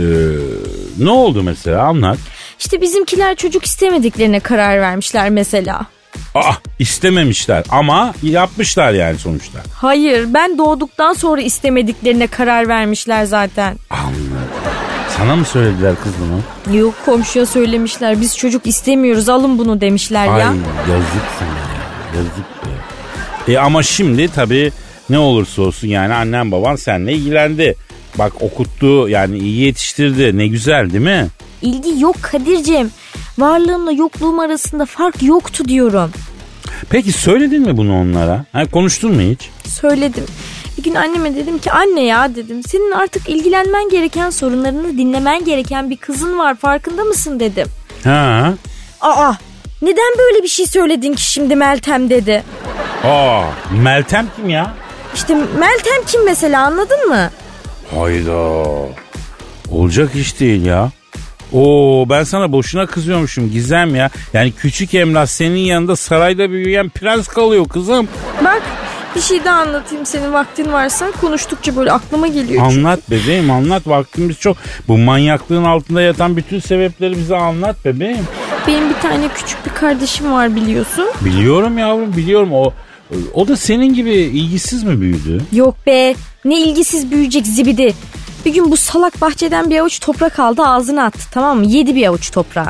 Ne oldu mesela anlat. İşte bizimkiler çocuk istemediklerine karar vermişler mesela. İstememişler ama yapmışlar yani sonuçta. Hayır, ben doğduktan sonra istemediklerine karar vermişler zaten. Anladım. Sana mı söylediler kız bunu? Yok, komşuya söylemişler. Biz çocuk istemiyoruz, alın bunu demişler ya. Ay yazık sana ya. Yazık be. Ama şimdi tabii ne olursa olsun yani annen baban seninle ilgilendi. Bak okuttu yani iyi yetiştirdi. Ne güzel değil mi? İlgi yok Kadir'cim. Varlığımla yokluğum arasında fark yoktu diyorum. Peki söyledin mi bunu onlara? Konuştun mu hiç? Söyledim. Bir gün anneme dedim ki anne ya dedim. Senin artık ilgilenmen gereken, sorunlarını dinlemen gereken bir kızın var, farkında mısın dedim. Ha. Neden böyle bir şey söyledin ki şimdi Meltem dedi. Meltem kim ya? İşte Meltem kim mesela, anladın mı? Hayda. Olacak iş değil ya. Ben sana boşuna kızıyormuşum Gizem ya. Yani küçük Emrah senin yanında sarayda büyüyen prens kalıyor kızım. Bak bir şey daha anlatayım, senin vaktin varsa, konuştukça böyle aklıma geliyor. Anlat bebeğim anlat, vaktimiz çok. Bu manyaklığın altında yatan bütün sebepleri bize anlat bebeğim. Benim bir tane küçük bir kardeşim var biliyorsun. Biliyorum yavrum biliyorum, o da senin gibi ilgisiz mi büyüdü? Yok be, ne ilgisiz büyüyecek zibidi. Bir gün bu salak bahçeden bir avuç toprak aldı, ağzına attı, tamam mı? Yedi bir avuç toprağı.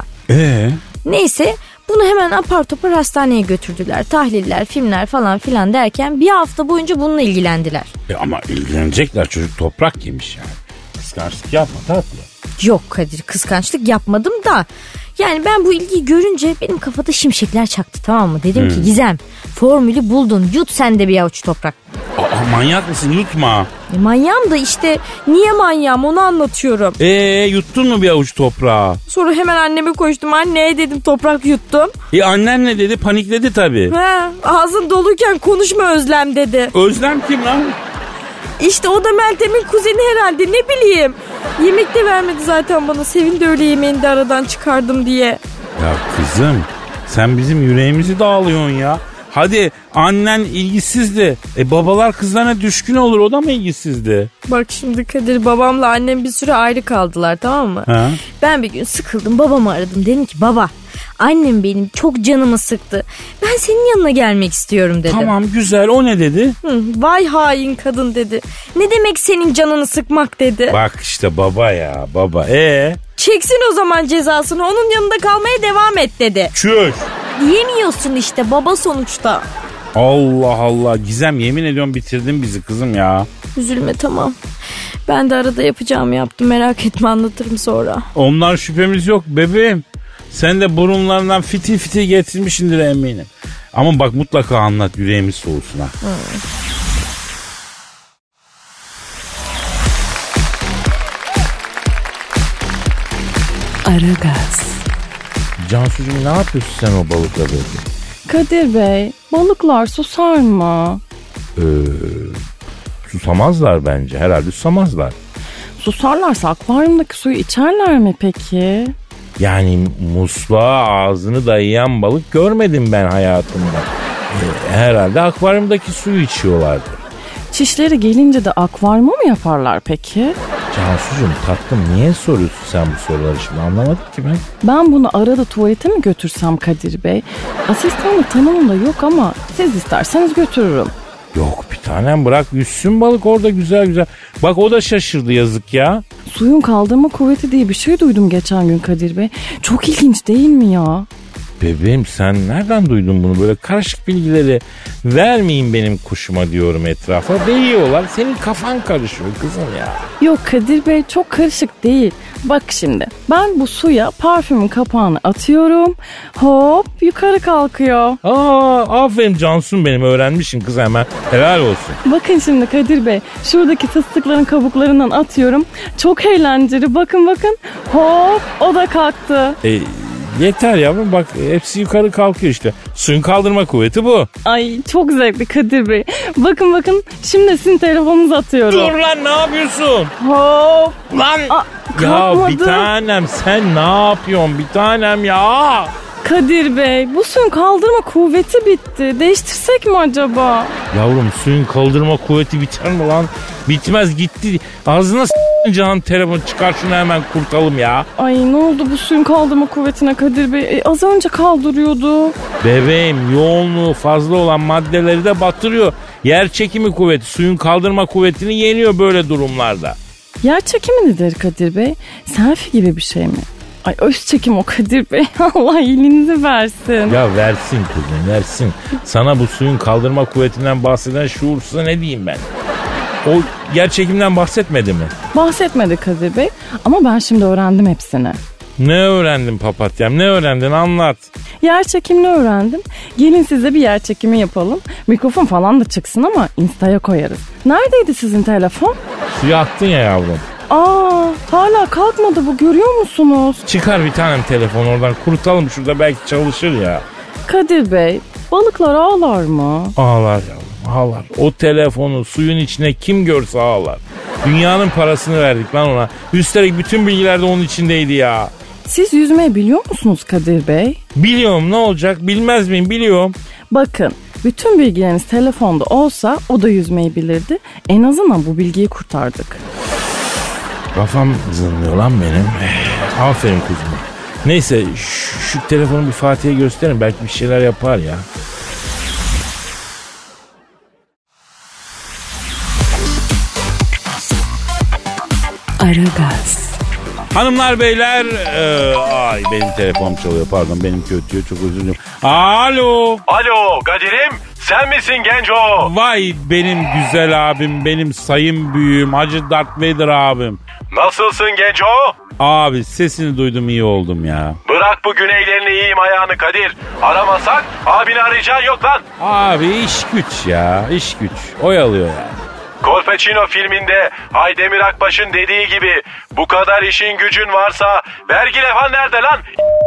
Neyse bunu hemen apar topar hastaneye götürdüler. Tahliller, filmler falan filan derken bir hafta boyunca bununla ilgilendiler. Ama ilgilenecekler, çocuk toprak yemiş yani. Kıskançlık yapma tatlı. Yok Kadir, kıskançlık yapmadım da. Yani ben bu ilgiyi görünce benim kafada şimşekler çaktı, tamam mı? Dedim ki Gizem, formülü buldun, yut sen de bir avuç toprak. Manyak mısın, yutma. Manyağım da işte niye manyağım onu anlatıyorum. Yuttun mu bir avuç toprağı? Sonra hemen anneme koştum, anne dedim, toprak yuttum. Annen ne dedi? Panikledi tabii. Ağzın doluyken konuşma Özlem dedi. Özlem kim lan? İşte o da Meltem'in kuzeni herhalde, ne bileyim. Yemek de vermedi zaten bana, sevindi öyle yemeğini de aradan çıkardım diye. Ya kızım sen bizim yüreğimizi dağılıyorsun ya. Hadi annen ilgisizdi. Babalar kızlarına düşkün olur, o da mı ilgisizdi? Bak şimdi Kadir, babamla annem bir süre ayrı kaldılar, tamam mı? Ha? Ben bir gün sıkıldım, babamı aradım, dedim ki baba, annem benim çok canımı sıktı, ben senin yanına gelmek istiyorum dedim. Tamam güzel, o ne dedi? Vay hain kadın dedi. Ne demek senin canını sıkmak dedi. Bak işte baba ya baba. Çeksin o zaman cezasını, onun yanında kalmaya devam et dedi. Çüş. Diyemiyorsun işte, baba sonuçta. Allah Allah Gizem, yemin ediyorum bitirdin bizi kızım ya. Üzülme tamam. Ben de arada yapacağımı yaptım, merak etme, anlatırım sonra. Ondan şüphemiz yok bebeğim. Sen de burunlarından fitil fitil getirmişsindir eminim. Ama bak mutlaka anlat, yüreğimiz soğusun ha. Aragaz. Cansucuğum ne yapıyorsun sen o balıkla böyle? Kadir Bey, balıklar susar mı? Susamazlar bence. Herhalde susamazlar. Susarlarsa akvaryumdaki suyu içerler mi peki? Yani musluğa ağzını dayayan balık görmedim ben hayatımda. Herhalde akvaryumdaki suyu içiyorlardır. Çişleri gelince de akvaryuma mı yaparlar peki? Cansucuğum tatlım niye soruyorsun sen bu soruları şimdi, anlamadım ki ben. Ben bunu arada tuvalete mi götürsem Kadir Bey? Asistanlık tanımında yok ama siz isterseniz götürürüm. Yok bir tanem, bırak yüzsün balık orada güzel güzel. Bak o da şaşırdı yazık ya. Suyun kaldırma kuvveti diye bir şey duydum geçen gün Kadir Bey. Çok ilginç değil mi ya? Bebeğim sen nereden duydun bunu? Böyle karışık bilgileri vermeyin benim kuşuma diyorum etrafa. Veriyorlar. Senin kafan karışıyor kızım ya. Yok Kadir Bey, çok karışık değil. Bak şimdi ben bu suya parfümün kapağını atıyorum. Hop yukarı kalkıyor. Aferin Cansun benim, öğrenmişsin kız hemen. Helal olsun. Bakın şimdi Kadir Bey, şuradaki fıstıkların kabuklarından atıyorum. Çok eğlenceli, bakın. Hop o da kalktı. Yeter yavrum, bak hepsi yukarı kalkıyor işte. Suyun kaldırma kuvveti bu. Ay çok zevkli Kadir Bey. Bakın şimdi sizin telefonunuzu atıyorum. Dur lan, ne yapıyorsun? Hop. Lan. Ya kalkmadı. bir tanem sen ne yapıyorsun bir tanem ya? Kadir Bey, bu suyun kaldırma kuvveti bitti. Değiştirsek mi acaba? Yavrum suyun kaldırma kuvveti biter mi lan? Bitmez, gitti. Ağzına canım telefon, çıkar şunu hemen kurtalım ya. Ay ne oldu bu suyun kaldırma kuvvetine Kadir Bey? Az önce kaldırıyordu. Bebeğim, yoğunluğu fazla olan maddeleri de batırıyor. Yer çekimi kuvveti suyun kaldırma kuvvetini yeniyor böyle durumlarda. Yer çekimi nedir Kadir Bey? Selfie gibi bir şey mi? Ay öz çekim o Kadir Bey. Allah iyiliğinizi versin. Ya versin kızım, versin. Sana bu suyun kaldırma kuvvetinden bahseden şuursuz'a ne diyeyim ben? O yer çekimden bahsetmedi mi? Bahsetmedi Kadir Bey ama ben şimdi öğrendim hepsini. Ne öğrendin papatyam, ne öğrendin anlat. Yer çekimini öğrendim. Gelin size bir yer çekimi yapalım. Mikrofon falan da çıksın ama Insta'ya koyarız. Neredeydi sizin telefon? Suya attın ya yavrum. Hala kalkmadı bu, görüyor musunuz? Çıkar bir tanem telefon oradan, kurutalım şurada, belki çalışır ya. Kadir Bey, balıklar ağlar mı? Ağlar yavrum, ağlar. O telefonu suyun içine kim görse ağlar. Dünyanın parasını verdik lan ona. Üstelik bütün bilgiler de onun içindeydi ya. Siz yüzmeyi biliyor musunuz Kadir Bey? Biliyorum, ne olacak, bilmez miyim, biliyorum. Bakın, bütün bilgileriniz telefonda olsa o da yüzmeyi bilirdi. En azından bu bilgiyi kurtardık. Kafam zınlıyor lan benim. Aferin kuzuma. Neyse şu telefonu bir Fatih'e gösterin, belki bir şeyler yapar ya. Aragaz. Hanımlar beyler, ay benim telefonum çalıyor, pardon, benimki ötüyor, çok özür dilerim. Alo. Alo Kadir'im, sen misin genco? Vay benim güzel abim, benim sayın büyüğüm, Hacı Darth Vader abim. Nasılsın genco? Abi sesini duydum, iyi oldum ya. Bırak bu güneylerini, yiyeyim ayağını Kadir. Aramasak abini arayacağın yok lan. Abi iş güç ya, iş güç oyalıyor yani. Kolpaçino filminde Aydemir Akbaş'ın dediği gibi bu kadar işin gücün varsa vergi levhan nerede lan?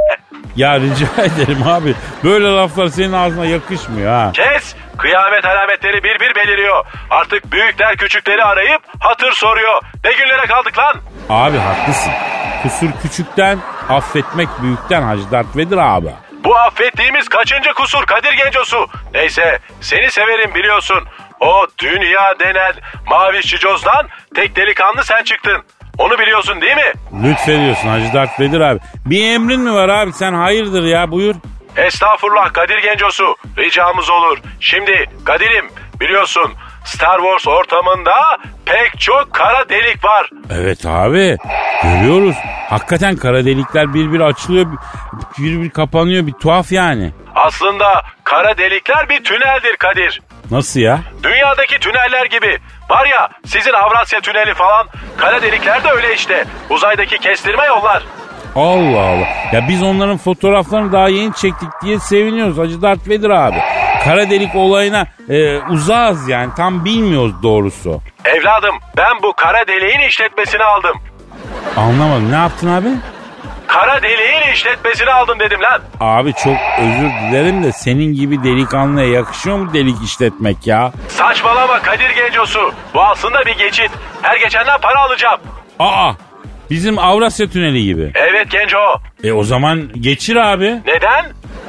Ya rica ederim abi, böyle laflar senin ağzına yakışmıyor ha. Kes! Kıyamet alametleri bir bir beliriyor. Artık büyükler küçükleri arayıp hatır soruyor. Ne günlere kaldık lan? Abi haklısın. Kusur küçükten, affetmek büyükten Hacı Darth Vader abi. Bu affettiğimiz kaçıncı kusur Kadir gencosu? Neyse, seni severim biliyorsun. O dünya denen mavi şicozdan tek delikanlı sen çıktın. Onu biliyorsun değil mi? Lütfediyorsun Hacı Darth Vader abi. Bir emrin mi var abi, sen hayırdır ya, buyur. Estağfurullah Kadir gencosu, ricamız olur. Şimdi Kadir'im, biliyorsun Star Wars ortamında pek çok kara delik var. Evet abi, görüyoruz. Hakikaten kara delikler bir açılıyor, bir kapanıyor, bir tuhaf yani. Aslında kara delikler bir tüneldir Kadir. Nasıl ya? Dünyadaki tüneller gibi. Var ya sizin Avrasya tüneli falan, kara delikler de öyle işte. Uzaydaki kestirme yollar. Allah Allah. Ya biz onların fotoğraflarını daha yeni çektik diye seviniyoruz Hacı Darth Vader abi. Kara delik olayına uzağız yani, tam bilmiyoruz doğrusu. Evladım, ben bu kara deliğin işletmesini aldım. Anlamadım, ne yaptın abi? Kara deliğin işletmesini aldım dedim lan. Abi çok özür dilerim de senin gibi delikanlıya yakışıyor mu delik işletmek ya? Saçmalama Kadir gencosu. Bu aslında bir geçit. Her geçenden para alacağım. Aa, bizim Avrasya tüneli gibi. Evet genco. O zaman geçir abi. Neden?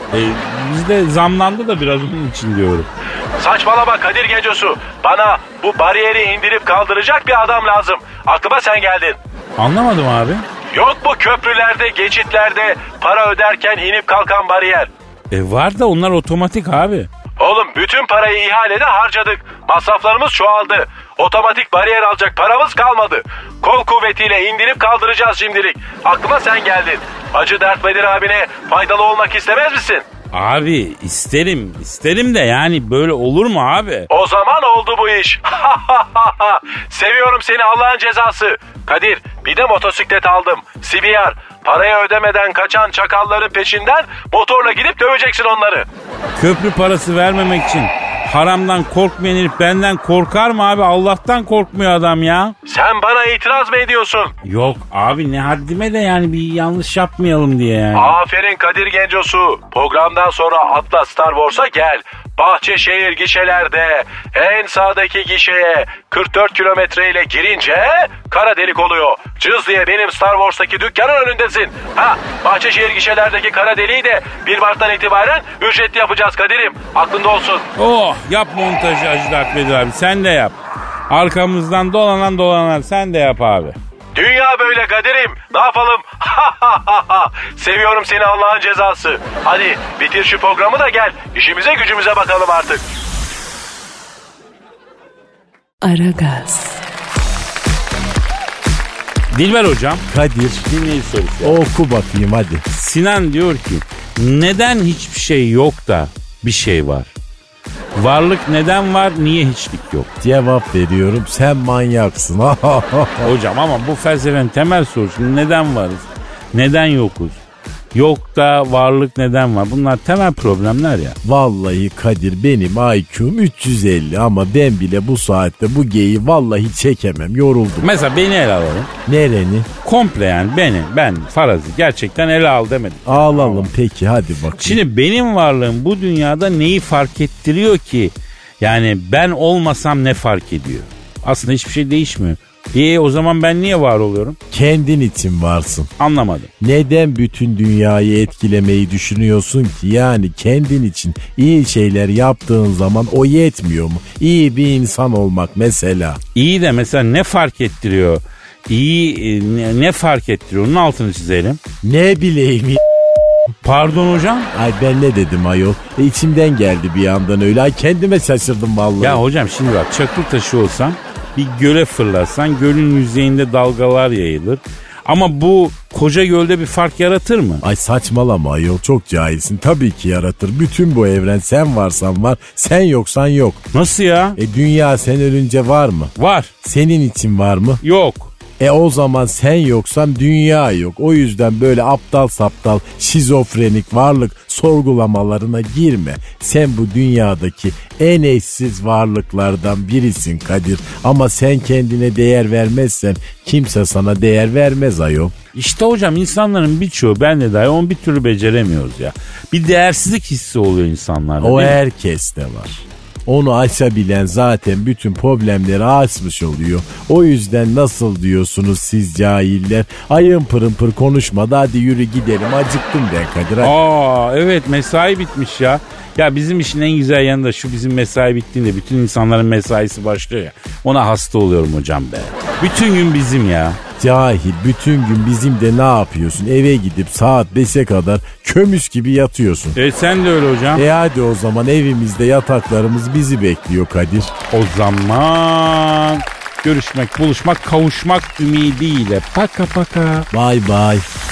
Bizde zamlandı da biraz onun için diyorum. Saçmalama Kadir gencosu. Bana bu bariyeri indirip kaldıracak bir adam lazım. Aklıma sen geldin. Anlamadım abi. Yok bu köprülerde, geçitlerde para öderken inip kalkan bariyer. Var da onlar otomatik abi. Oğlum bütün parayı ihalede harcadık. Masraflarımız çoğaldı. Otomatik bariyer alacak paramız kalmadı. Kol kuvvetiyle indirip kaldıracağız şimdilik. Aklıma sen geldin. Acı Dert Vedir abine faydalı olmak istemez misin? Abi isterim de yani böyle olur mu abi? O zaman oldu bu iş. Seviyorum seni Allah'ın cezası. Kadir, bir de motosiklet aldım. CBR. Parayı ödemeden kaçan çakalların peşinden motorla gidip döveceksin onları. Köprü parası vermemek için haramdan korkmayan herif benden korkar mı abi? Allah'tan korkmuyor adam ya. Sen bana itiraz mı ediyorsun? Yok abi, ne haddime de yani bir yanlış yapmayalım diye yani. Aferin Kadir Gencosu. Programdan sonra atla Star Wars'a gel. Bahçeşehir gişelerde en sağdaki gişeye 44 kilometreyle girince kara delik oluyor. Cız diye benim Star Wars'taki dükkanın önündesin. Bahçeşehir gişelerdeki kara deliği de 1 Mart'tan itibaren ücretli yapacağız Kadir'im. Aklında olsun. Oh, yap montajı Hacı Dert Vedir abi, sen de yap. Arkamızdan dolanan sen de yap abi. Dünya böyle Kadir'im. Ne yapalım? Seviyorum seni Allah'ın cezası. Hadi bitir şu programı da gel. İşimize gücümüze bakalım artık. Aragaz. Dilber hocam, Kadir, dinleyici sorusu. oku bakayım hadi. Sinan diyor ki, neden hiçbir şey yok da bir şey var? Varlık neden var, niye hiçlik yok? Cevap veriyorum, sen manyaksın. Hocam ama bu felsefenin temel sorusu, neden varız? Neden yokuz? Yok da varlık neden var? Bunlar temel problemler ya. Vallahi Kadir, benim IQ'm 350 ama ben bile bu saatte bu geyiği vallahi çekemem, yoruldum. Mesela beni ele alalım. Nereni? Komple yani ben farazi gerçekten ele al demedim. Alalım peki, hadi bakayım. Şimdi benim varlığım bu dünyada neyi fark ettiriyor ki? Yani ben olmasam ne fark ediyor? Aslında hiçbir şey değişmiyor. O zaman ben niye var oluyorum? Kendin için varsın. Anlamadım. Neden bütün dünyayı etkilemeyi düşünüyorsun ki? Yani kendin için iyi şeyler yaptığın zaman o yetmiyor mu? İyi bir insan olmak mesela. İyi de mesela ne fark ettiriyor? İyi ne fark ettiriyor? Onun altını çizelim. Ne bileyim. Pardon hocam. Ay ben ne dedim ayol? İçimden geldi bir yandan öyle. Ay kendime şaşırdım vallahi. Ya hocam şimdi bak, çakıl taşı olsam bir göle fırlatsan gölün yüzeyinde dalgalar yayılır. Ama bu koca gölde bir fark yaratır mı? Ay saçmalama ayol, çok cahilsin. Tabii ki yaratır. Bütün bu evren sen varsan var, sen yoksan yok. Nasıl ya? Dünya sen ölünce var mı? Var. Senin için var mı? Yok. O zaman sen yoksan dünya yok. O yüzden böyle aptal saptal şizofrenik varlık sorgulamalarına girme. Sen bu dünyadaki en eşsiz varlıklardan birisin Kadir. Ama sen kendine değer vermezsen kimse sana değer vermez ayol. İşte hocam insanların birçoğu, ben de dahil, onu bir türlü beceremiyoruz ya. Bir değersizlik hissi oluyor insanlarda. O herkeste var. Onu aşabilen zaten bütün problemleri aşmış oluyor. O yüzden nasıl diyorsunuz siz cahiller? Ayın pırın pır konuşmadı, hadi yürü gidelim, acıktım ben Kadir. Hadi. Evet, mesai bitmiş ya. Ya bizim işin en güzel yanı da şu, bizim mesai bittiğinde bütün insanların mesaisi başlıyor ya. Ona hasta oluyorum hocam be. Bütün gün bizim ya. Cahil, bütün gün bizim de ne yapıyorsun? Eve gidip saat 5'e kadar kömüş gibi yatıyorsun. Sen de öyle hocam. Hadi o zaman evimizde yataklarımız bizi bekliyor Kadir. O zaman görüşmek, buluşmak, kavuşmak ümidiyle. Paka paka. Bye bye.